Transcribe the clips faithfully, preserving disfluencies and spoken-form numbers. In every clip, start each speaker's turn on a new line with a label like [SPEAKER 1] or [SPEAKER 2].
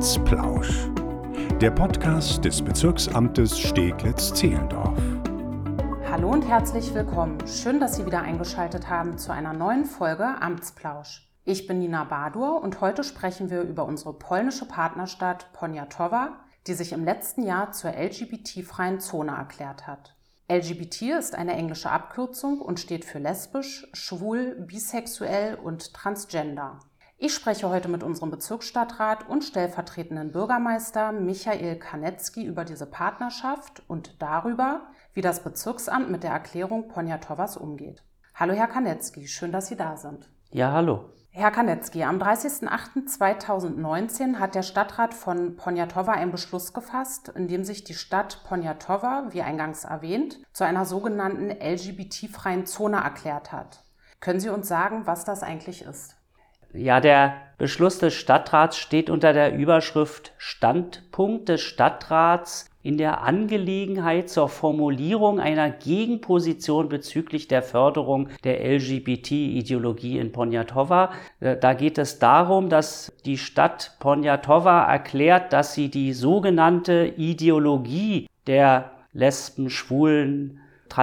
[SPEAKER 1] Amtsplausch, der Podcast des Bezirksamtes Steglitz-Zehlendorf.
[SPEAKER 2] Hallo und herzlich willkommen. Schön, dass Sie wieder eingeschaltet haben zu einer neuen Folge Amtsplausch. Ich bin Nina Badur und heute sprechen wir über unsere polnische Partnerstadt Poniatowa, die sich im letzten Jahr zur L G B T-freien Zone erklärt hat. L G B T ist eine englische Abkürzung und steht für lesbisch, schwul, bisexuell und transgender. Ich spreche heute mit unserem Bezirksstadtrat und stellvertretenden Bürgermeister Michael Kanetzki über diese Partnerschaft und darüber, wie das Bezirksamt mit der Erklärung Poniatowas umgeht. Hallo Herr Kanetzki, schön, dass Sie da sind.
[SPEAKER 3] Ja, hallo.
[SPEAKER 2] Herr Kanetzki, am dreißigsten achten zweitausendneunzehn hat der Stadtrat von Poniatowa einen Beschluss gefasst, in dem sich die Stadt Poniatowa, wie eingangs erwähnt, zu einer sogenannten L G B T-freien Zone erklärt hat. Können Sie uns sagen, was das eigentlich ist?
[SPEAKER 3] Ja, der Beschluss des Stadtrats steht unter der Überschrift Standpunkt des Stadtrats in der Angelegenheit zur Formulierung einer Gegenposition bezüglich der Förderung der L G B T-Ideologie in Poniatowa. Da geht es darum, dass die Stadt Poniatowa erklärt, dass sie die sogenannte Ideologie der Lesben, Schwulen,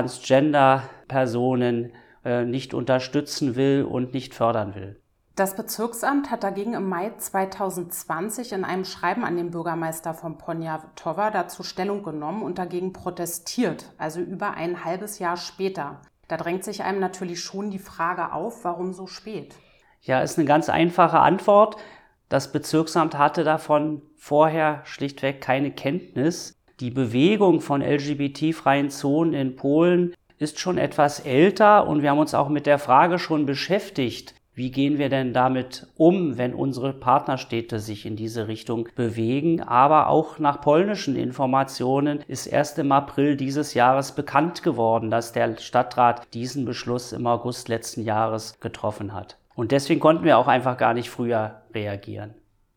[SPEAKER 3] Transgender-Personen äh, nicht unterstützen will und nicht fördern will.
[SPEAKER 2] Das Bezirksamt hat dagegen im Mai zweitausendzwanzig in einem Schreiben an den Bürgermeister von Poniatowa dazu Stellung genommen und dagegen protestiert, also über ein halbes Jahr später. Da drängt sich einem natürlich schon die Frage auf, warum so spät?
[SPEAKER 3] Ja, ist eine ganz einfache Antwort. Das Bezirksamt hatte davon vorher schlichtweg keine Kenntnis. Die Bewegung von L G B T-freien Zonen in Polen ist schon etwas älter und wir haben uns auch mit der Frage schon beschäftigt. Wie gehen wir denn damit um, wenn unsere Partnerstädte sich in diese Richtung bewegen? Aber auch nach polnischen Informationen ist erst im April dieses Jahres bekannt geworden, dass der Stadtrat diesen Beschluss im August letzten Jahres getroffen hat. Und deswegen konnten wir auch einfach gar nicht früher reagieren.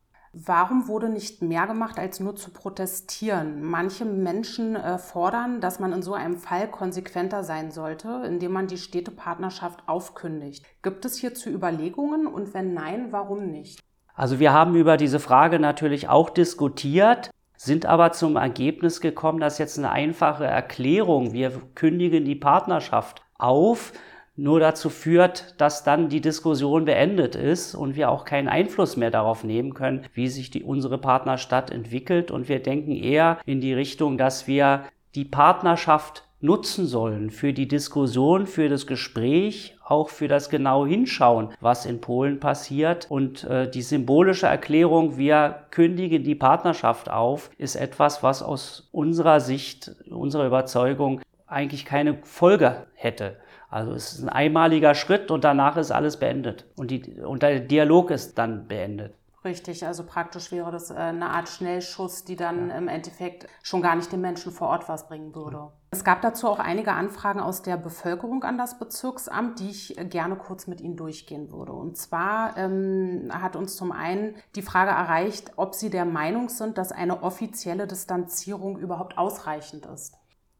[SPEAKER 2] Warum wurde nicht mehr gemacht, als nur zu protestieren? Manche Menschen äh, fordern, dass man in so einem Fall konsequenter sein sollte, indem man die Städtepartnerschaft aufkündigt. Gibt es hierzu Überlegungen und wenn nein, warum nicht?
[SPEAKER 3] Also wir haben über diese Frage natürlich auch diskutiert, sind aber zum Ergebnis gekommen, dass jetzt eine einfache Erklärung, wir kündigen die Partnerschaft auf, nur dazu führt, dass dann die Diskussion beendet ist und wir auch keinen Einfluss mehr darauf nehmen können, wie sich die, unsere Partnerstadt entwickelt. Und wir denken eher in die Richtung, dass wir die Partnerschaft nutzen sollen für die Diskussion, für das Gespräch, auch für das genaue Hinschauen, was in Polen passiert. Und äh, die symbolische Erklärung, wir kündigen die Partnerschaft auf, ist etwas, was aus unserer Sicht, unserer Überzeugung eigentlich keine Folge hätte. Also es ist ein einmaliger Schritt und danach ist alles beendet und, die, und der Dialog ist dann beendet.
[SPEAKER 2] Richtig, also praktisch wäre das eine Art Schnellschuss, die dann ja. im Endeffekt schon gar nicht den Menschen vor Ort was bringen würde. Ja. Es gab dazu auch einige Anfragen aus der Bevölkerung an das Bezirksamt, die ich gerne kurz mit Ihnen durchgehen würde. Und zwar ähm, hat uns zum einen die Frage erreicht, ob Sie der Meinung sind, dass eine offizielle Distanzierung überhaupt ausreichend ist.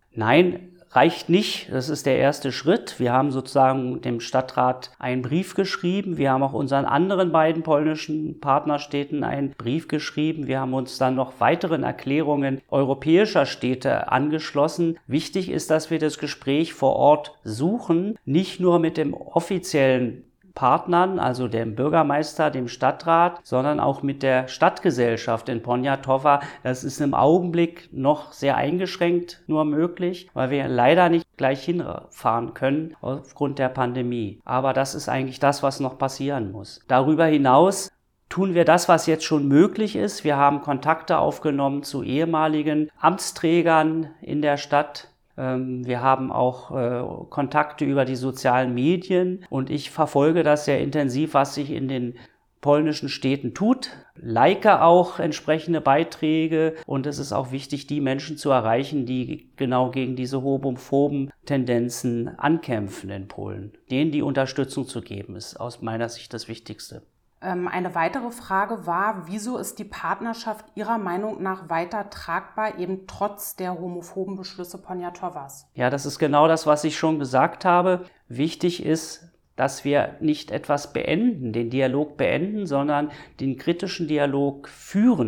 [SPEAKER 3] Nein, reicht nicht. Das ist der erste Schritt. Wir haben sozusagen dem Stadtrat einen Brief geschrieben. Wir haben auch unseren anderen beiden polnischen Partnerstädten einen Brief geschrieben. Wir haben uns dann noch weiteren Erklärungen europäischer Städte angeschlossen. Wichtig ist, dass wir das Gespräch vor Ort suchen, nicht nur mit dem offiziellen Partnern, also dem Bürgermeister, dem Stadtrat, sondern auch mit der Stadtgesellschaft in Poniatowa. Das ist im Augenblick noch sehr eingeschränkt nur möglich, weil wir leider nicht gleich hinfahren können aufgrund der Pandemie. Aber das ist eigentlich das, was noch passieren muss. Darüber hinaus tun wir das, was jetzt schon möglich ist. Wir haben Kontakte aufgenommen zu ehemaligen Amtsträgern in der Stadt. Wir haben auch äh, Kontakte über die sozialen Medien und ich verfolge das sehr intensiv, was sich in den polnischen Städten tut. Like auch entsprechende Beiträge und es ist auch wichtig, die Menschen zu erreichen, die genau gegen diese homophoben Tendenzen ankämpfen in Polen. Denen die Unterstützung zu geben, ist aus meiner Sicht das Wichtigste.
[SPEAKER 2] Eine weitere Frage war, wieso ist die Partnerschaft Ihrer Meinung nach weiter tragbar, eben trotz der homophoben Beschlüsse Poniatowas?
[SPEAKER 3] Ja, das ist genau das, was ich schon gesagt habe. Wichtig ist, dass wir nicht etwas beenden, den Dialog beenden, sondern den kritischen Dialog führen.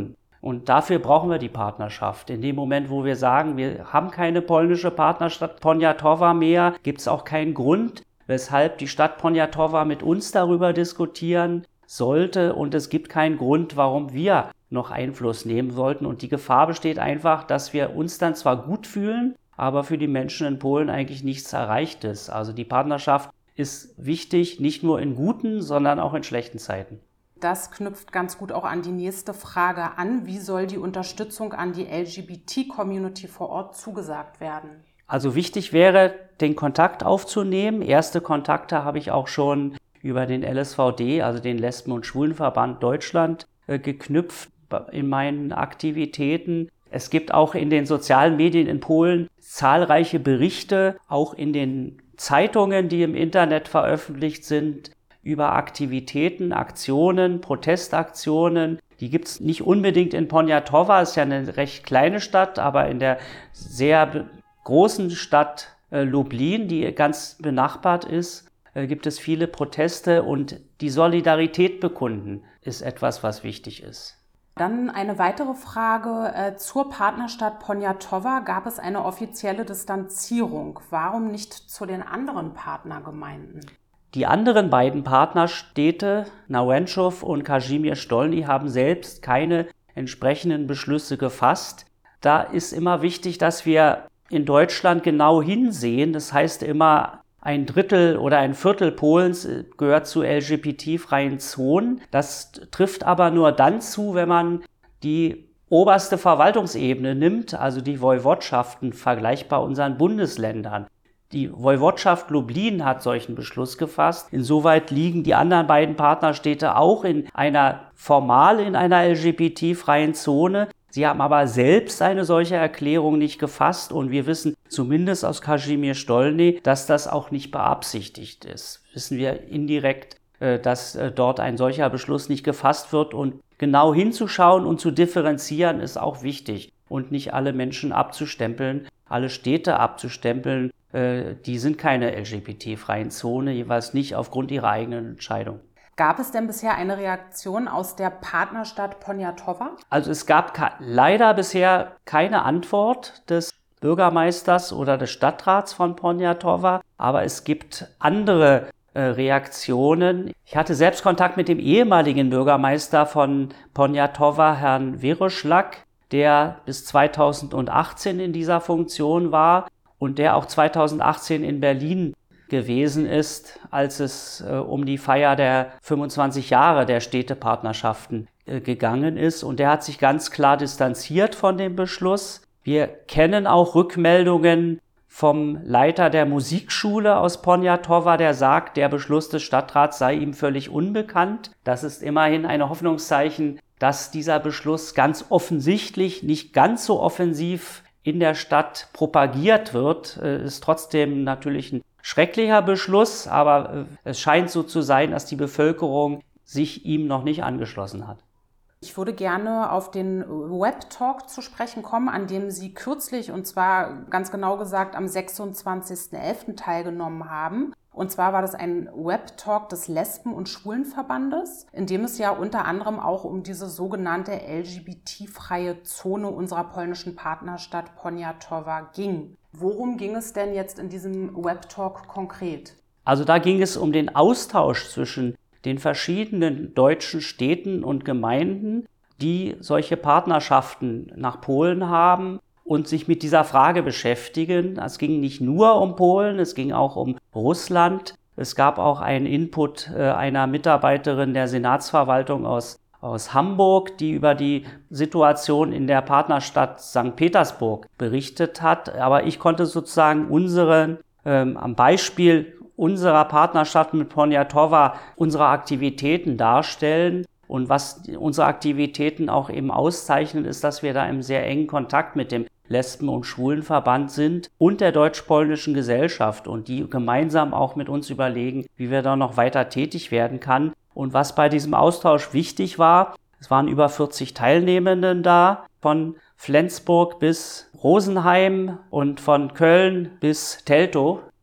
[SPEAKER 3] Und dafür brauchen wir die Partnerschaft. In dem Moment, wo wir sagen, wir haben keine polnische Partnerstadt Poniatowa mehr, gibt es auch keinen Grund, weshalb die Stadt Poniatowa mit uns darüber diskutieren sollte. Und es gibt keinen Grund, warum wir noch Einfluss nehmen sollten. Und die Gefahr besteht einfach, dass wir uns dann zwar gut fühlen, aber für die Menschen in Polen eigentlich nichts erreicht ist. Also die Partnerschaft ist wichtig, nicht nur in guten, sondern auch in schlechten Zeiten.
[SPEAKER 2] Das knüpft ganz gut auch an die nächste Frage an. Wie soll die Unterstützung an die L G B T-Community vor Ort zugesagt werden?
[SPEAKER 3] Also wichtig wäre, den Kontakt aufzunehmen. Erste Kontakte habe ich auch schon über den L S V D, also den Lesben- und Schwulenverband Deutschland, äh, geknüpft in meinen Aktivitäten. Es gibt auch in den sozialen Medien in Polen zahlreiche Berichte, auch in den Zeitungen, die im Internet veröffentlicht sind, über Aktivitäten, Aktionen, Protestaktionen. Die gibt es nicht unbedingt in Poniatowa, ist ja eine recht kleine Stadt, aber in der sehr be- großen Stadt äh, Lublin, die ganz benachbart ist, äh, gibt es viele Proteste und die Solidarität bekunden ist etwas, was wichtig ist.
[SPEAKER 2] Dann eine weitere Frage. Äh, zur Partnerstadt Poniatowa gab es eine offizielle Distanzierung. Warum nicht zu den anderen Partnergemeinden?
[SPEAKER 3] Die anderen beiden Partnerstädte, Nałęczów und Kazimierz Dolny, haben selbst keine entsprechenden Beschlüsse gefasst. Da ist immer wichtig, dass wir in Deutschland genau hinsehen. Das heißt immer, ein Drittel oder ein Viertel Polens gehört zu L G B T-freien Zonen. Das trifft aber nur dann zu, wenn man die oberste Verwaltungsebene nimmt, also die Woiwodschaften, vergleichbar unseren Bundesländern. Die Woiwodschaft Lublin hat solchen Beschluss gefasst. Insoweit liegen die anderen beiden Partnerstädte auch in einer formal in einer L G B T-freien Zone. Sie haben aber selbst eine solche Erklärung nicht gefasst und wir wissen zumindest aus Kazimierz Dolny, dass das auch nicht beabsichtigt ist. Wissen wir indirekt, dass dort ein solcher Beschluss nicht gefasst wird und genau hinzuschauen und zu differenzieren ist auch wichtig und nicht alle Menschen abzustempeln, alle Städte abzustempeln. Die sind keine L G B T-freien Zone, jeweils nicht aufgrund ihrer eigenen Entscheidung.
[SPEAKER 2] Gab es denn bisher eine Reaktion aus der Partnerstadt Poniatowa?
[SPEAKER 3] Also es gab ka- leider bisher keine Antwort des Bürgermeisters oder des Stadtrats von Poniatowa, aber es gibt andere äh, Reaktionen. Ich hatte selbst Kontakt mit dem ehemaligen Bürgermeister von Poniatowa, Herrn Weroschlak, der bis zweitausendachtzehn in dieser Funktion war und der auch zweitausendachtzehn in Berlin gewesen ist, als es äh, um die Feier der fünfundzwanzig Jahre der Städtepartnerschaften äh, gegangen ist. Und der hat sich ganz klar distanziert von dem Beschluss. Wir kennen auch Rückmeldungen vom Leiter der Musikschule aus Poniatowa, der sagt, der Beschluss des Stadtrats sei ihm völlig unbekannt. Das ist immerhin ein Hoffnungszeichen, dass dieser Beschluss ganz offensichtlich nicht ganz so offensiv in der Stadt propagiert wird. Äh, ist trotzdem natürlich ein schrecklicher Beschluss, aber es scheint so zu sein, dass die Bevölkerung sich ihm noch nicht angeschlossen hat.
[SPEAKER 2] Ich würde gerne auf den Web-Talk zu sprechen kommen, an dem Sie kürzlich, und zwar ganz genau gesagt am sechsundzwanzigsten elften teilgenommen haben. Und zwar war das ein Web-Talk des Lesben- und Schwulenverbandes, in dem es ja unter anderem auch um diese sogenannte L G B T-freie Zone unserer polnischen Partnerstadt Poniatowa ging. Worum ging es denn jetzt in diesem Web-Talk konkret?
[SPEAKER 3] Also da ging es um den Austausch zwischen den verschiedenen deutschen Städten und Gemeinden, die solche Partnerschaften nach Polen haben und sich mit dieser Frage beschäftigen. Es ging nicht nur um Polen, es ging auch um Russland. Es gab auch einen Input äh, einer Mitarbeiterin der Senatsverwaltung aus, aus Hamburg, die über die Situation in der Partnerstadt Sankt Petersburg berichtet hat. Aber ich konnte sozusagen unsere, ähm, am Beispiel unserer Partnerschaft mit Poniatowa unsere Aktivitäten darstellen. Und was unsere Aktivitäten auch eben auszeichnen, ist, dass wir da im sehr engen Kontakt mit dem Lesben- und Schwulenverband sind und der deutsch-polnischen Gesellschaft und die gemeinsam auch mit uns überlegen, wie wir da noch weiter tätig werden kann. Und was bei diesem Austausch wichtig war, es waren über vierzig Teilnehmenden da, von Flensburg bis Rosenheim und von Köln bis Teltow.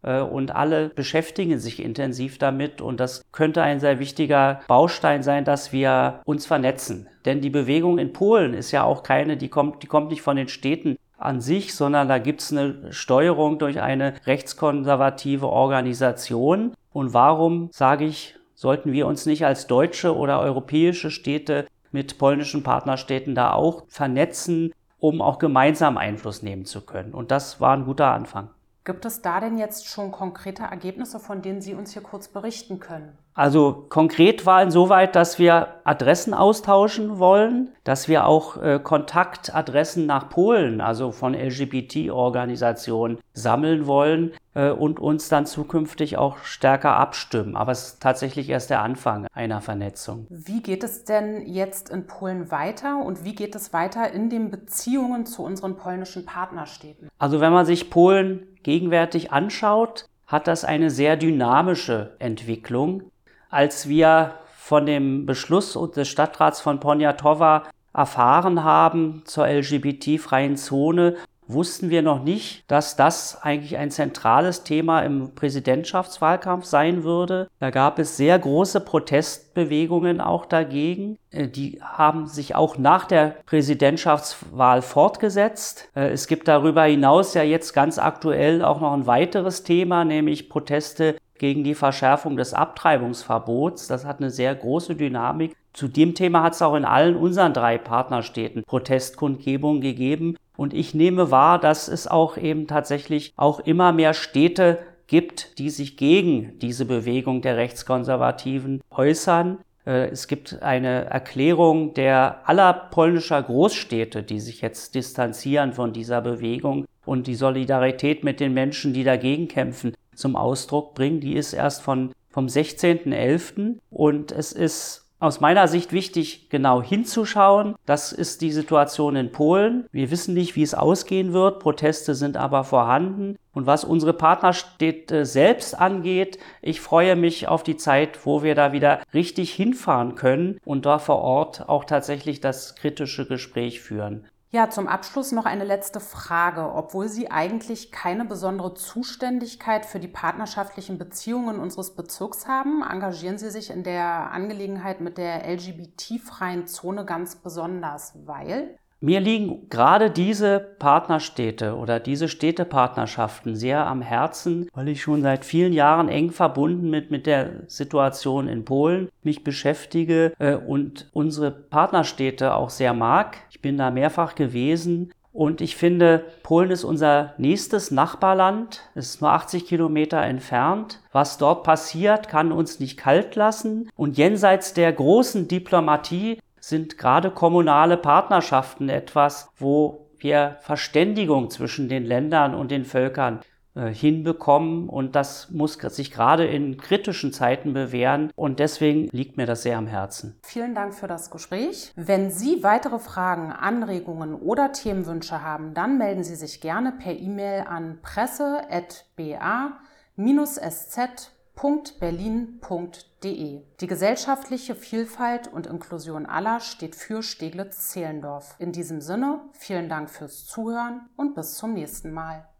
[SPEAKER 3] und alle beschäftigen sich intensiv damit und das könnte ein sehr wichtiger Baustein sein, dass wir uns vernetzen. Denn die Bewegung in Polen ist ja auch keine, die kommt, die kommt nicht von den Städten an sich, sondern da gibt es eine Steuerung durch eine rechtskonservative Organisation. Und warum, sage ich, sollten wir uns nicht als deutsche oder europäische Städte mit polnischen Partnerstädten da auch vernetzen, um auch gemeinsam Einfluss nehmen zu können? Und das war ein guter Anfang.
[SPEAKER 2] Gibt es da denn jetzt schon konkrete Ergebnisse, von denen Sie uns hier kurz berichten können?
[SPEAKER 3] Also konkret war insoweit, dass wir Adressen austauschen wollen, dass wir auch äh, Kontaktadressen nach Polen, also von L G B T-Organisationen, sammeln wollen äh, und uns dann zukünftig auch stärker abstimmen. Aber es ist tatsächlich erst der Anfang einer Vernetzung.
[SPEAKER 2] Wie geht es denn jetzt in Polen weiter und wie geht es weiter in den Beziehungen zu unseren polnischen Partnerstädten?
[SPEAKER 3] Also wenn man sich Polen gegenwärtig anschaut, hat das eine sehr dynamische Entwicklung. Als wir von dem Beschluss des Stadtrats von Poniatowa erfahren haben zur L G B T-freien Zone, wussten wir noch nicht, dass das eigentlich ein zentrales Thema im Präsidentschaftswahlkampf sein würde. Da gab es sehr große Protestbewegungen auch dagegen. Die haben sich auch nach der Präsidentschaftswahl fortgesetzt. Es gibt darüber hinaus ja jetzt ganz aktuell auch noch ein weiteres Thema, nämlich Proteste gegen die Verschärfung des Abtreibungsverbots. Das hat eine sehr große Dynamik. Zu dem Thema hat es auch in allen unseren drei Partnerstädten Protestkundgebungen gegeben. Und ich nehme wahr, dass es auch eben tatsächlich auch immer mehr Städte gibt, die sich gegen diese Bewegung der Rechtskonservativen äußern. Es gibt eine Erklärung der aller polnischer Großstädte, die sich jetzt distanzieren von dieser Bewegung und die Solidarität mit den Menschen, die dagegen kämpfen, zum Ausdruck bringen. Die ist erst von, vom sechzehnten elften und es ist aus meiner Sicht wichtig, genau hinzuschauen. Das ist die Situation in Polen. Wir wissen nicht, wie es ausgehen wird. Proteste sind aber vorhanden. Und was unsere Partnerstädte selbst angeht, ich freue mich auf die Zeit, wo wir da wieder richtig hinfahren können und da vor Ort auch tatsächlich das kritische Gespräch führen.
[SPEAKER 2] Ja, zum Abschluss noch eine letzte Frage. Obwohl Sie eigentlich keine besondere Zuständigkeit für die partnerschaftlichen Beziehungen unseres Bezirks haben, engagieren Sie sich in der Angelegenheit mit der L G B T-freien Zone ganz besonders, weil?
[SPEAKER 3] Mir liegen gerade diese Partnerstädte oder diese Städtepartnerschaften sehr am Herzen, weil ich schon seit vielen Jahren eng verbunden mit, mit der Situation in Polen mich beschäftige äh, und unsere Partnerstädte auch sehr mag. Ich bin da mehrfach gewesen und ich finde, Polen ist unser nächstes Nachbarland. Es ist nur achtzig Kilometer entfernt. Was dort passiert, kann uns nicht kalt lassen. Und jenseits der großen Diplomatie sind gerade kommunale Partnerschaften etwas, wo wir Verständigung zwischen den Ländern und den Völkern äh, hinbekommen. Und das muss sich gerade in kritischen Zeiten bewähren. Und deswegen liegt mir das sehr am Herzen.
[SPEAKER 2] Vielen Dank für das Gespräch. Wenn Sie weitere Fragen, Anregungen oder Themenwünsche haben, dann melden Sie sich gerne per E-Mail an presse at b a s z punkt berlin punkt de. Die gesellschaftliche Vielfalt und Inklusion aller steht für Steglitz-Zehlendorf. In diesem Sinne, vielen Dank fürs Zuhören und bis zum nächsten Mal.